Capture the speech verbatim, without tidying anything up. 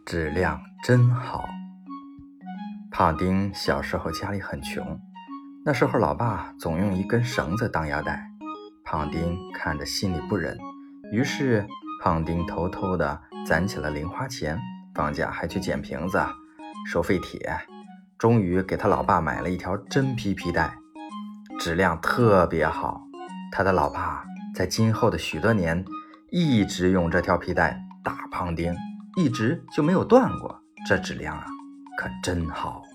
质量真好。胖丁小时候家里很穷，那时候老爸总用一根绳子当腰带，胖丁看着心里不忍，于是胖丁偷偷地攒起了零花钱，放假还去捡瓶子、收废铁，终于给他老爸买了一条真皮皮带，质量特别好。他的老爸在今后的许多年一直用这条皮带打胖丁，一直就没有断过，这质量啊可真好。